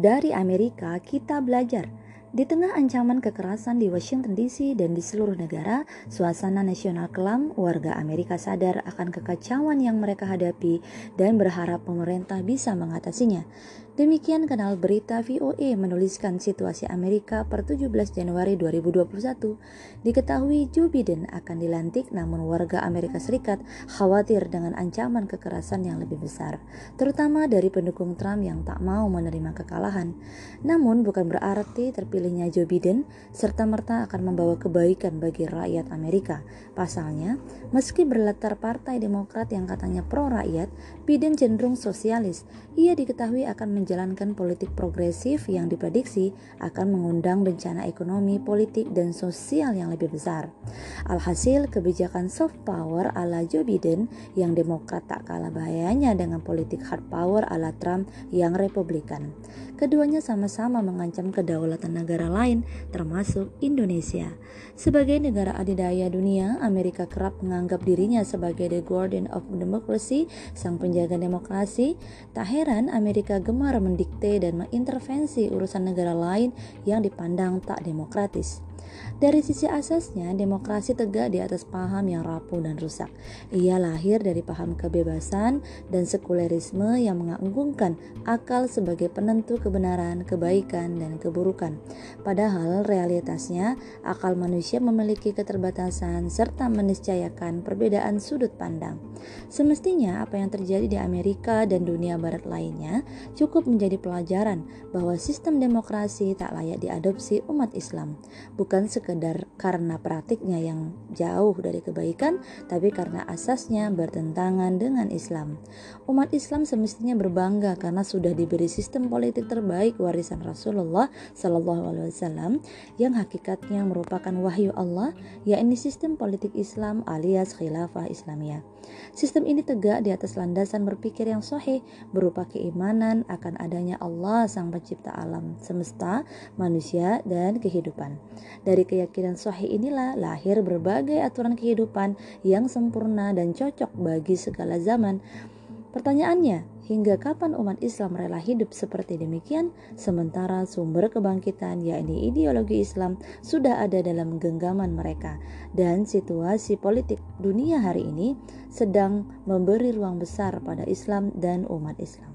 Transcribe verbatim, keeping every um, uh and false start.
Dari Amerika kita belajar. Di tengah ancaman kekerasan di Washington D C dan di seluruh negara, suasana nasional kelam, warga Amerika sadar akan kekacauan yang mereka hadapi dan berharap pemerintah bisa mengatasinya. Demikian kanal berita V O A menuliskan situasi Amerika per tujuh belas Januari dua ribu dua puluh satu. Diketahui Joe Biden akan dilantik, namun warga Amerika Serikat khawatir dengan ancaman kekerasan yang lebih besar, terutama dari pendukung Trump yang tak mau menerima kekalahan. Namun bukan berarti terpilihnya Joe Biden serta-merta akan membawa kebaikan bagi rakyat Amerika. Pasalnya, meski berlatar Partai Demokrat yang katanya pro-rakyat, Biden cenderung sosialis. Ia diketahui akan menjalankan politik progresif yang diprediksi akan mengundang bencana ekonomi, politik, dan sosial yang lebih besar. Alhasil, kebijakan soft power ala Joe Biden yang Demokrat tak kalah bahayanya dengan politik hard power ala Trump yang Republikan. Keduanya sama-sama mengancam kedaulatan negara lain, termasuk Indonesia. Sebagai negara adidaya dunia, Amerika kerap menganggap dirinya sebagai the guardian of democracy, sang penjaga demokrasi. Tak heran Amerika gemar mendikte dan mengintervensi urusan negara lain yang dipandang tak demokratis. Dari sisi asasnya, demokrasi tegak di atas paham yang rapuh dan rusak. Ia lahir dari paham kebebasan dan sekulerisme yang mengagunkan akal sebagai penentu kebenaran, kebaikan, dan keburukan. Padahal realitasnya, akal manusia memiliki keterbatasan serta meniscayakan perbedaan sudut pandang. Semestinya apa yang terjadi di Amerika dan dunia barat lainnya cukup menjadi pelajaran bahwa sistem demokrasi tak layak diadopsi umat Islam, bukan sekedar karena praktiknya yang jauh dari kebaikan, tapi karena asasnya bertentangan dengan Islam. Umat Islam semestinya berbangga karena sudah diberi sistem politik terbaik warisan Rasulullah Shallallahu Alaihi Wasallam yang hakikatnya merupakan wahyu Allah, yakni sistem politik Islam alias khilafah Islamiyah. Sistem ini tegak di atas landasan berpikir yang sahih berupa keimanan akan adanya Allah sang pencipta alam semesta, manusia, dan kehidupan. Dari keyakinan sahih inilah lahir berbagai aturan kehidupan yang sempurna dan cocok bagi segala zaman. Pertanyaannya, hingga kapan umat Islam rela hidup seperti demikian, sementara sumber kebangkitan yakni ideologi Islam sudah ada dalam genggaman mereka, dan situasi politik dunia hari ini sedang memberi ruang besar pada Islam dan umat Islam.